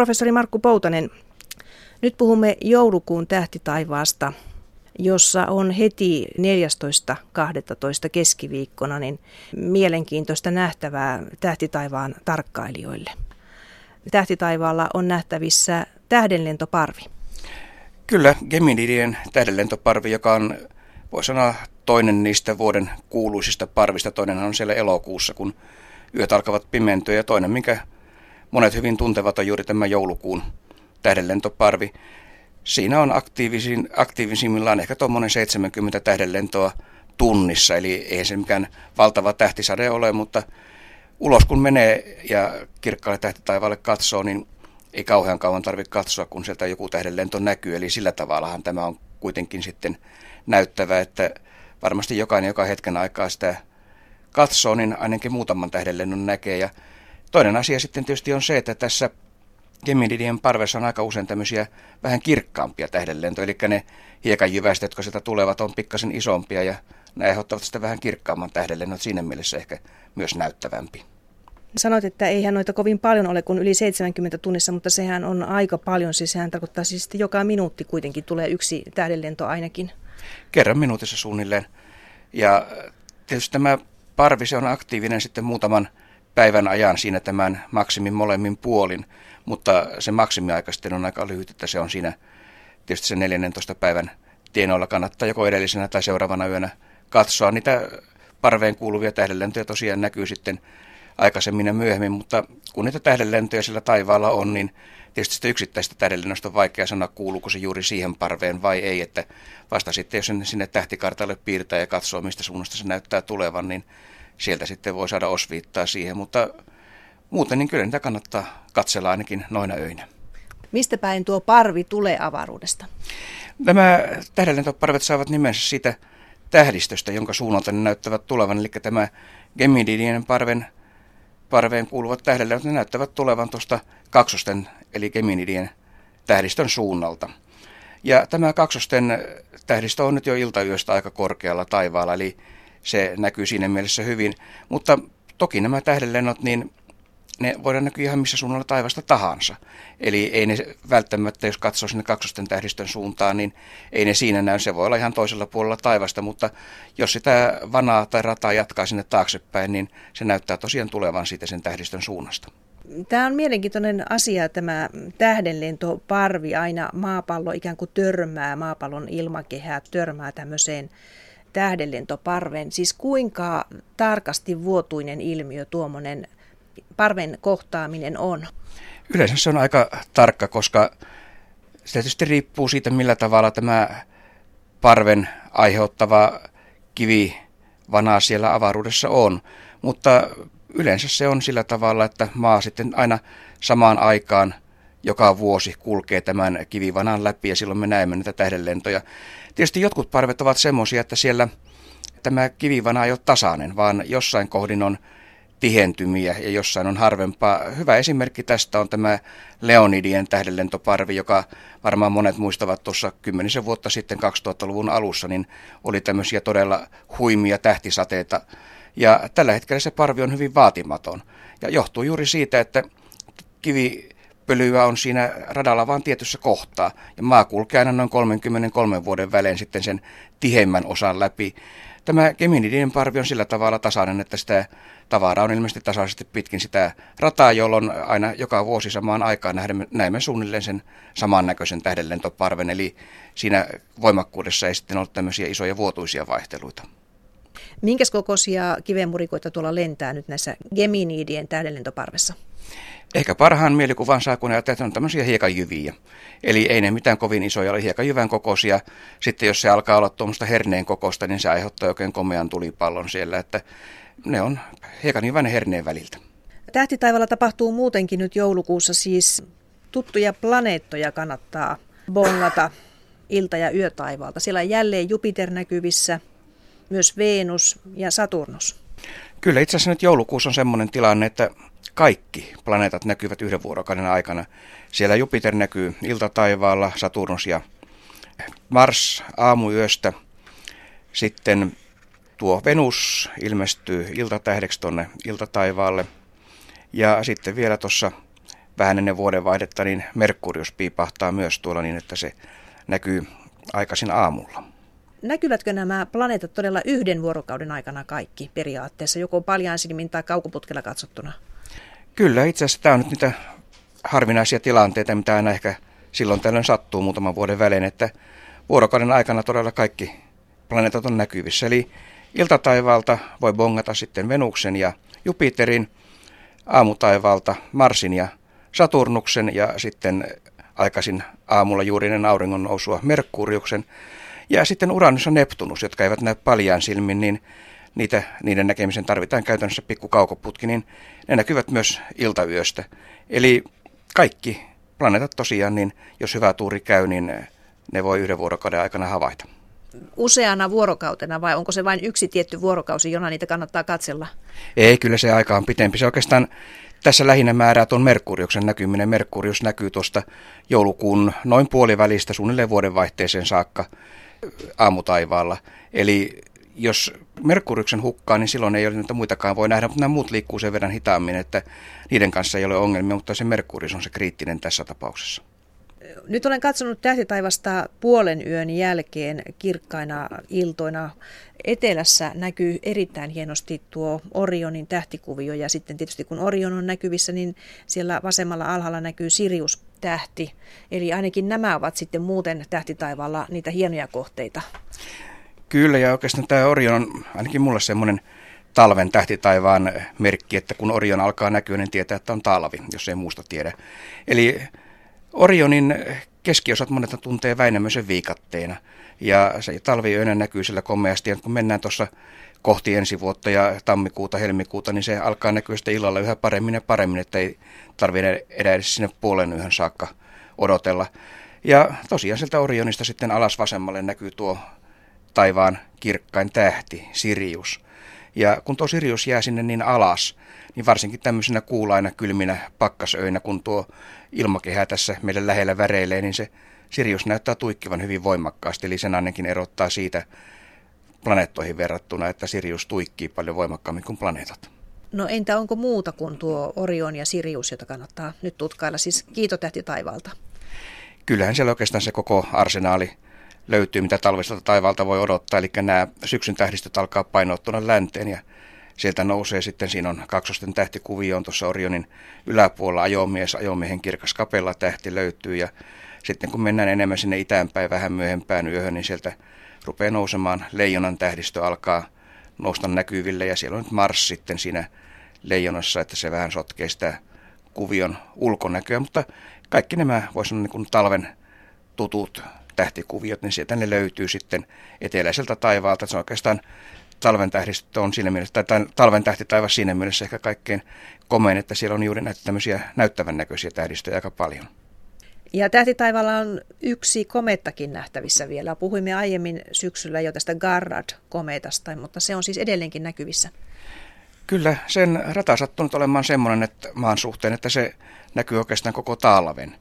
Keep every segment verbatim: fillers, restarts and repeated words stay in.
professori Markku Poutanen, nyt puhumme joulukuun tähtitaivaasta, jossa on heti neljästoista kahdestoista keskiviikkona niin mielenkiintoista nähtävää tähtitaivaan tarkkailijoille. Tähtitaivaalla on nähtävissä tähdenlentoparvi. Kyllä, Geminidien tähdenlentoparvi, joka on, voi sanoa, toinen niistä vuoden kuuluisista parvista. Toinen on siellä elokuussa, kun yöt alkavat pimentyä, ja toinen, minkä monet hyvin tuntevat, on juuri tämä joulukuun tähdenlentoparvi. Siinä on aktiivisin, aktiivisimmillaan ehkä tuommoinen seitsemänkymmentä tähdenlentoa tunnissa, eli ei se mikään valtava tähtisade ole, mutta ulos kun menee ja kirkkaalle tähtitaivaalle katsoo, niin ei kauhean kauan tarvitse katsoa, kun sieltä joku tähdenlento näkyy, eli sillä tavallahan tämä on kuitenkin sitten näyttävä, että varmasti jokainen, joka hetken aikaa sitä katsoo, niin ainakin muutaman tähdenlennon näkee. Ja toinen asia sitten tietysti on se, että tässä Geminidien parvessa on aika usein tämmöisiä vähän kirkkaampia tähdenlentoja, eli ne hiekanjyvästä, jotka sieltä tulevat, on pikkasen isompia ja ne aiheuttavat sitä vähän kirkkaamman tähdenlennon, siinä mielessä ehkä myös näyttävämpi. Sanoit, että eihän noita kovin paljon ole kuin yli seitsemänkymmentä tunnissa, mutta sehän on aika paljon, siis sehän tarkoittaa siis, että joka minuutti kuitenkin tulee yksi tähdenlento ainakin. Kerran minuutissa suunnilleen. Ja tietysti tämä parvi, se on aktiivinen sitten muutaman päivän ajan siinä tämän maksimin molemmin puolin, mutta se maksimiaika sitten on aika lyhyt, että se on siinä tietysti sen neljännentoista päivän tienoilla. Kannattaa joko edellisenä tai seuraavana yönä katsoa. Niitä parveen kuuluvia tähdenlentoja tosiaan näkyy sitten aikaisemmin ja myöhemmin, mutta kun niitä tähdenlentoja sillä taivaalla on, niin tietysti sitä yksittäistä tähdenlennosta on vaikea sanoa, kuuluuko se juuri siihen parveen vai ei, että vasta sitten, jos sen sinne tähtikartalle piirtää ja katsoo, mistä suunnasta se näyttää tulevan, niin sieltä sitten voi saada osviittaa siihen, mutta muuten niin kyllä niitä kannattaa katsella ainakin noina öinä. Mistä päin tuo parvi tulee avaruudesta? Nämä tähdenlentoparvet saavat nimensä siitä tähdistöstä, jonka suunnalta ne näyttävät tulevan, eli tämä Geminidien parven parveen kuuluvat tähdenlennot, ne näyttävät tulevan tuosta kaksosten, eli Geminidien tähdistön suunnalta. Ja tämä kaksosten tähdistö on nyt jo iltayöstä aika korkealla taivaalla, eli se näkyy siinä mielessä hyvin. Mutta toki nämä tähdenlennot, niin ne voidaan näkyä ihan missä suunnalla taivasta tahansa. Eli ei ne välttämättä, jos katsoo sinne kaksosten tähdistön suuntaan, niin ei ne siinä näy. Se voi olla ihan toisella puolella taivasta, mutta jos sitä vanaa tai rataa jatkaa sinne taaksepäin, niin se näyttää tosiaan tulevan siitä sen tähdistön suunnasta. Tämä on mielenkiintoinen asia, tämä tähdenlentoparvi. Aina maapallo ikään kuin törmää, maapallon ilmakehää törmää tämmöiseen tähdenlentoparveen. Siis kuinka tarkasti vuotuinen ilmiö tuommoinen parven kohtaaminen on? Yleensä se on aika tarkka, koska se tietysti riippuu siitä, millä tavalla tämä parven aiheuttava kivivana siellä avaruudessa on. Mutta yleensä se on sillä tavalla, että maa sitten aina samaan aikaan joka vuosi kulkee tämän kivivanan läpi ja silloin me näemme näitä tähdenlentoja. Tietysti jotkut parvet ovat semmoisia, että siellä tämä kivivana ei ole tasainen, vaan jossain kohdin on tihentymiä ja jossain on harvempaa. Hyvä esimerkki tästä on tämä Leonidien tähdenlentoparvi, joka varmaan monet muistavat tuossa kymmenisen vuotta sitten kaksituhattaluvun alussa, niin oli tämmöisiä todella huimia tähtisateita. Ja tällä hetkellä se parvi on hyvin vaatimaton ja johtuu juuri siitä, että kivipölyä on siinä radalla vain tietyssä kohtaa ja maa kulkee aina noin kolmekymmentäkolme vuoden välein sitten sen tiheimmän osan läpi. Tämä Geminidien parvi on sillä tavalla tasainen, että sitä tavaraa on ilmeisesti tasaisesti pitkin sitä rataa, jolloin aina joka vuosi samaan aikaan näemme suunnilleen sen samannäköisen tähdenlentoparven, eli siinä voimakkuudessa ei sitten ole tämmöisiä isoja vuotuisia vaihteluita. Minkäs kokoisia kivenmurikoita tuolla lentää nyt näissä Geminidien tähdenlentoparvessa? Ehkä parhaan mielikuvan saa, kun ajatellaan, että on tämmöisiä hiekanjyviä. Eli ei ne mitään kovin isoja ole hiekanjyvän kokoisia. Sitten jos se alkaa olla tuommoista herneen kokoista, niin se aiheuttaa oikein komean tulipallon siellä, että ne on hiekanjyvän ja herneen väliltä. Tähtitaivaalla tapahtuu muutenkin nyt joulukuussa, siis tuttuja planeettoja kannattaa bongata ilta- ja yötaivaalta. Siellä on jälleen Jupiter näkyvissä, myös Venus ja Saturnus. Kyllä, itse asiassa nyt joulukuussa on semmoinen tilanne, että kaikki planeetat näkyvät yhden vuorokauden aikana. Siellä Jupiter näkyy iltataivaalla, Saturnus ja Mars aamuyöstä. Sitten tuo Venus ilmestyy iltatähdeksi tuonne iltataivaalle. Ja sitten vielä tuossa vähän ennen vuodenvaihdetta, niin Merkurius piipahtaa myös tuolla niin, että se näkyy aikaisin aamulla. Näkyvätkö nämä planeetat todella yhden vuorokauden aikana kaikki periaatteessa, joko paljain silmin tai kaukoputkella katsottuna? Kyllä, itse asiassa tämä on nyt niitä harvinaisia tilanteita, mitä aina ehkä silloin tällöin sattuu muutaman vuoden välein, että vuorokauden aikana todella kaikki planeetat on näkyvissä. Eli iltataivaalta voi bongata sitten Venuksen ja Jupiterin, aamutaivaalta Marsin ja Saturnuksen ja sitten aikaisin aamulla juuri ennen auringon nousua Merkuriuksen. Ja sitten Uranus ja Neptunus, jotka eivät näy paljaan silmin, niin niitä, niiden näkemisen tarvitaan käytännössä pikku kaukoputki, niin ne näkyvät myös iltayöstä. Eli kaikki planeetat tosiaan, niin jos hyvä tuuri käy, niin ne voi yhden vuorokauden aikana havaita. Useana vuorokautena vai onko se vain yksi tietty vuorokausi, jona niitä kannattaa katsella? Ei, kyllä se aika on pitempi. Se oikeastaan tässä lähinnä määrää tuon Merkuriuksen näkyminen. Merkurius näkyy tuosta joulukuun noin puolivälistä suunnilleen vuodenvaihteeseen saakka aamutaivaalla. Eli jos Merkuriuksen hukkaa, niin silloin ei ole niitä muitakaan voi nähdä, mutta nämä muut liikkuu sen verran hitaammin, että niiden kanssa ei ole ongelmia, mutta se Merkurius on se kriittinen tässä tapauksessa. Nyt olen katsonut tähtitaivasta puolen yön jälkeen kirkkaina iltoina. Etelässä näkyy erittäin hienosti tuo Orionin tähtikuvio ja sitten tietysti kun Orion on näkyvissä, niin siellä vasemmalla alhaalla näkyy Sirius-tähti. Eli ainakin nämä ovat sitten muuten tähtitaivaalla niitä hienoja kohteita. Kyllä, ja oikeastaan tämä Orion on ainakin mulle semmoinen talven tähtitaivaan merkki, että kun Orion alkaa näkyä, niin tietää, että on talvi, jos ei muusta tiedä. Eli Orionin keskiosat monet tuntee Väinämöisen viikatteena, ja se talviyönä näkyy sillä komeasti, ja kun mennään tuossa kohti ensi vuotta ja tammikuuta, helmikuuta, niin se alkaa näkyä sitten illalla yhä paremmin ja paremmin, että ei tarvitse enää edes sinne puolen yhden saakka odotella. Ja tosiaan sieltä Orionista sitten alas vasemmalle näkyy tuo taivaan kirkkain tähti, Sirius. Ja kun tuo Sirius jää sinne niin alas, niin varsinkin tämmöisenä kuulaina kylminä pakkasöinä, kun tuo ilmakehä tässä meille lähellä väreilee, niin se Sirius näyttää tuikkivan hyvin voimakkaasti. Eli sen ainakin erottaa siitä planeettoihin verrattuna, että Sirius tuikkii paljon voimakkaammin kuin planeetat. No entä onko muuta kuin tuo Orion ja Sirius, jota kannattaa nyt tutkailla, siis kiitotähti taivaalta? Kyllähän siellä oikeastaan se koko arsenaali löytyy, mitä talviselta taivaalta voi odottaa. Eli nämä syksyn tähdistöt alkaa painottuna länteen ja sieltä nousee sitten, siinä on kaksosten tähtikuvio, on tuossa Orionin yläpuolella ajomies, ajomiehen kirkas kapella tähti löytyy ja sitten kun mennään enemmän sinne itäänpäin vähän myöhempään yöhön, niin sieltä rupeaa nousemaan Leijonan tähdistö, alkaa nousta näkyville ja siellä on nyt Mars sitten siinä Leijonassa, että se vähän sotkee sitä kuvion ulkonäköä, mutta kaikki nämä voisi sanoa niin kuin talven tutut tähtikuviot, niin sieltä ne löytyy sitten eteläiseltä taivaalta. Se on oikeastaan talven tähdistö on siinä mielessä, tai talven tähtitaivas siinä mielessä ehkä kaikkein komein, että siellä on juuri näitä tämmöisiä näyttävän näköisiä tähdistöjä aika paljon. Ja tähtitaivaalla on yksi komeettakin nähtävissä vielä. Puhuimme aiemmin syksyllä jo tästä Garrad-komeetasta, mutta se on siis edelleenkin näkyvissä. Kyllä, sen rata sattuu nyt olemaan semmoinen että maan suhteen, että se näkyy oikeastaan koko talven.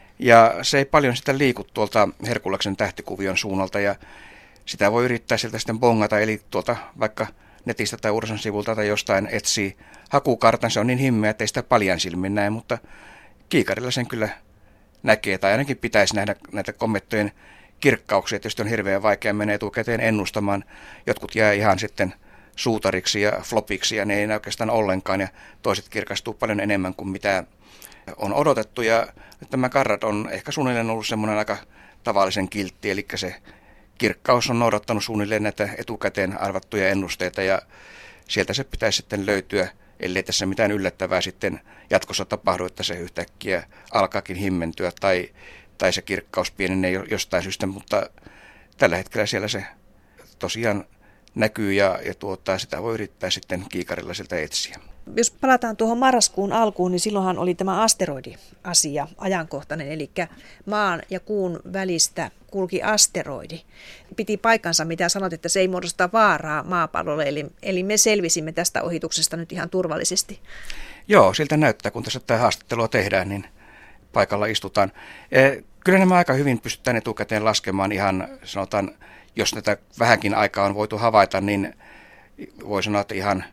Ja se ei paljon sitä liiku tuolta Herkulaksen tähtikuvion suunnalta ja sitä voi yrittää sieltä sitten bongata, eli tuolta vaikka netistä tai Ursan sivulta tai jostain etsii hakukartan. Se on niin himmeä, että ei sitä paljan silmin näe, mutta kiikarilla sen kyllä näkee, tai ainakin pitäisi nähdä näitä komettojen kirkkauksia. Tietysti on hirveän vaikea mennä etukäteen ennustamaan. Jotkut jää ihan sitten suutariksi ja flopiksi, ja ne ei näy oikeastaan ollenkaan, ja toiset kirkastuu paljon enemmän kuin mitä on odotettu. Ja tämä Garrad on ehkä suunnilleen ollut semmoinen aika tavallisen kiltti, eli se kirkkaus on noudattanut suunnilleen näitä etukäteen arvattuja ennusteita, ja sieltä se pitäisi sitten löytyä, ellei tässä mitään yllättävää sitten jatkossa tapahdu, että se yhtäkkiä alkaakin himmentyä tai, tai se kirkkaus pienenee jostain syystä, mutta tällä hetkellä siellä se tosiaan näkyy ja, ja tuota, sitä voi yrittää sitten kiikarilla sieltä etsiä. Jos palataan tuohon marraskuun alkuun, niin silloinhan oli tämä asteroidi-asia ajankohtainen, eli maan ja kuun välistä kulki asteroidi. Piti paikkansa, mitä sanot, että se ei muodosta vaaraa maapallolle, eli, eli me selvisimme tästä ohituksesta nyt ihan turvallisesti. Joo, siltä näyttää, kun tässä tämä haastattelua tehdään, niin paikalla istutaan. Kyllä nämä aika hyvin pystytään etukäteen laskemaan ihan, sanotaan, jos tätä vähänkin aikaa on voitu havaita, niin voi sanoa, että ihan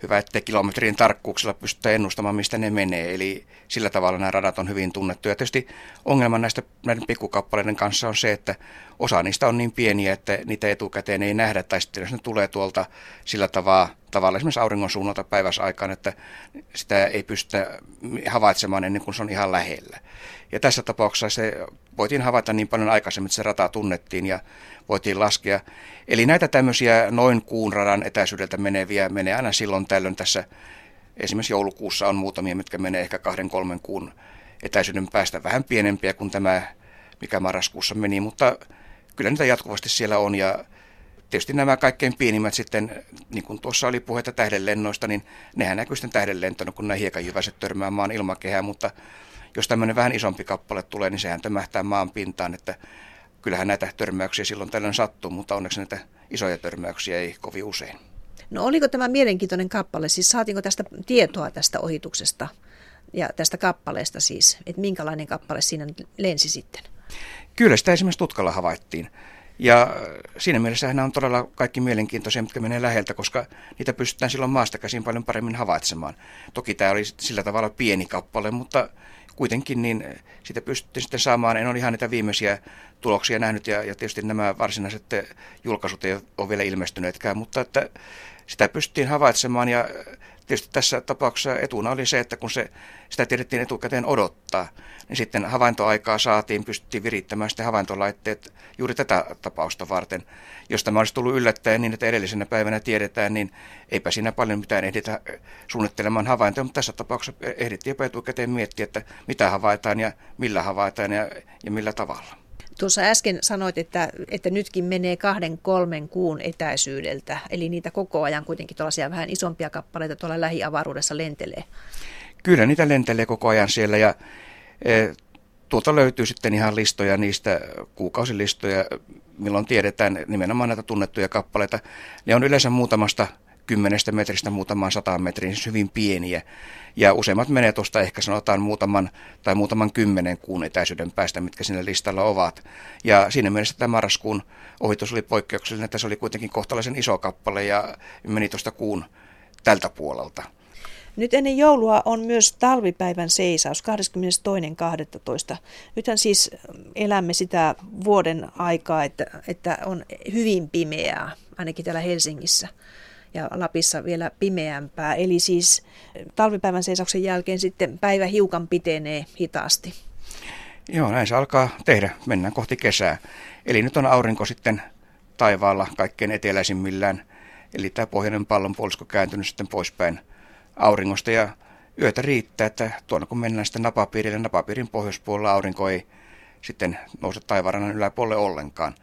hyvä, ettei kilometrin tarkkuuksella pystytä ennustamaan, mistä ne menee. Eli sillä tavalla nämä radat on hyvin tunnettu. Ja tietysti ongelma näistä näiden pikkukappaleiden kanssa on se, että osa niistä on niin pieniä, että niitä etukäteen ei nähdä. Tai sitten jos ne tulee tuolta sillä tavalla, tavalla esimerkiksi auringon suunnalta päiväsaikaan, että sitä ei pystytä havaitsemaan ennen kuin se on ihan lähellä. Ja tässä tapauksessa se voitiin havaita niin paljon aikaisemmin, että se rata tunnettiin ja voitiin laskea. Eli näitä tämmöisiä noin kuun radan etäisyydeltä meneviä menee aina silloin tällöin. Tässä esimerkiksi joulukuussa on muutamia, mitkä menee ehkä kahden kolmen kuun etäisyyden päästä vähän pienempiä kuin tämä, mikä marraskuussa meni, mutta kyllä niitä jatkuvasti siellä on. Ja tietysti nämä kaikkein pienimmät sitten, niin kuin tuossa oli puhetta tähdenlennoista, niin nehän näkyy sitten tähdenlentona, kun nämä hiekanjyväiset törmää maan ilmakehään, mutta jos tämmöinen vähän isompi kappale tulee, niin sehän tömähtää maan pintaan, että kyllähän näitä törmäyksiä silloin tällöin sattuu, mutta onneksi näitä isoja törmäyksiä ei kovin usein. No oliko tämä mielenkiintoinen kappale, siis saatiinko tästä tietoa tästä ohituksesta ja tästä kappaleesta siis, että minkälainen kappale siinä nyt lensi sitten? Kyllä sitä esimerkiksi tutkalla havaittiin. Ja siinä mielessä nämä on todella kaikki mielenkiintoisia, mitkä menee läheltä, koska niitä pystytään silloin maasta käsin paljon paremmin havaitsemaan. Toki tämä oli sillä tavalla pieni kappale, mutta kuitenkin niin sitä pystyttiin sitten saamaan. En ole ihan niitä viimeisiä tuloksia nähnyt ja, ja tietysti nämä varsinaiset julkaisut ei ole vielä ilmestyneetkään, mutta että sitä pystyttiin havaitsemaan ja tietysti tässä tapauksessa etuna oli se, että kun se, sitä tiedettiin etukäteen odottaa, niin sitten havaintoaikaa saatiin, pystyttiin virittämään sitten havaintolaitteet juuri tätä tapausta varten. Jos tämä olisi tullut yllättäen niin, että edellisenä päivänä tiedetään, niin eipä siinä paljon mitään ehditä suunnittelemaan havaintoja, mutta tässä tapauksessa ehdittiin jopa etukäteen miettiä, että mitä havaitaan ja millä havaitaan ja, ja millä tavalla. Tuossa äsken sanoit, että, että nytkin menee kahden kolmen kuun etäisyydeltä, eli niitä koko ajan kuitenkin tuollaisia vähän isompia kappaleita tuolla lähiavaruudessa lentelee. Kyllä niitä lentelee koko ajan siellä ja e, tuolta löytyy sitten ihan listoja niistä kuukausilistoja, milloin tiedetään nimenomaan näitä tunnettuja kappaleita. Ne on yleensä muutamasta kymmenestä metristä muutamaan sataan metriin, siis hyvin pieniä. Ja useimmat menee tuosta ehkä sanotaan muutaman tai muutaman kymmenen kuun etäisyyden päästä, mitkä siinä listalla ovat. Ja siinä mielessä tämä marraskuun ohitus oli poikkeuksellinen, että se oli kuitenkin kohtalaisen iso kappale ja meni tuosta kuun tältä puolelta. Nyt ennen joulua on myös talvipäivän seisaus kahdeskymmenestoinen kahdestoista. Nythän siis elämme sitä vuoden aikaa, että, että on hyvin pimeää, ainakin täällä Helsingissä. Ja Lapissa vielä pimeämpää. Eli siis talvipäivän seisauksen jälkeen sitten päivä hiukan pitenee hitaasti. Joo, näin se alkaa tehdä. Mennään kohti kesää. Eli nyt on aurinko sitten taivaalla kaikkein eteläisimmillään. Eli tämä pohjoinen pallonpuolisko kääntynyt sitten poispäin auringosta. Ja yötä riittää, että tuonne kun mennään sitten napapiirille, napapiirin pohjoispuolella aurinko ei sitten nouse taivaanrannan yläpuolelle ollenkaan.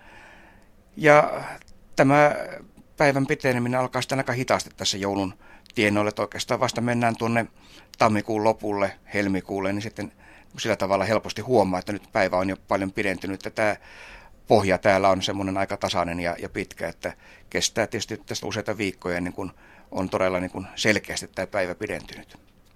Ja tämä päivän piteneminen alkaa sitten aika hitaasti tässä joulun tienoille, että oikeastaan vasta mennään tuonne tammikuun lopulle, helmikuulle, niin sitten sillä tavalla helposti huomaa, että nyt päivä on jo paljon pidentynyt. Tämä pohja täällä on semmoinen aika tasainen ja, ja pitkä, että kestää tietysti tästä useita viikkoja ennen kuin on todella niin kuin selkeästi tämä päivä pidentynyt.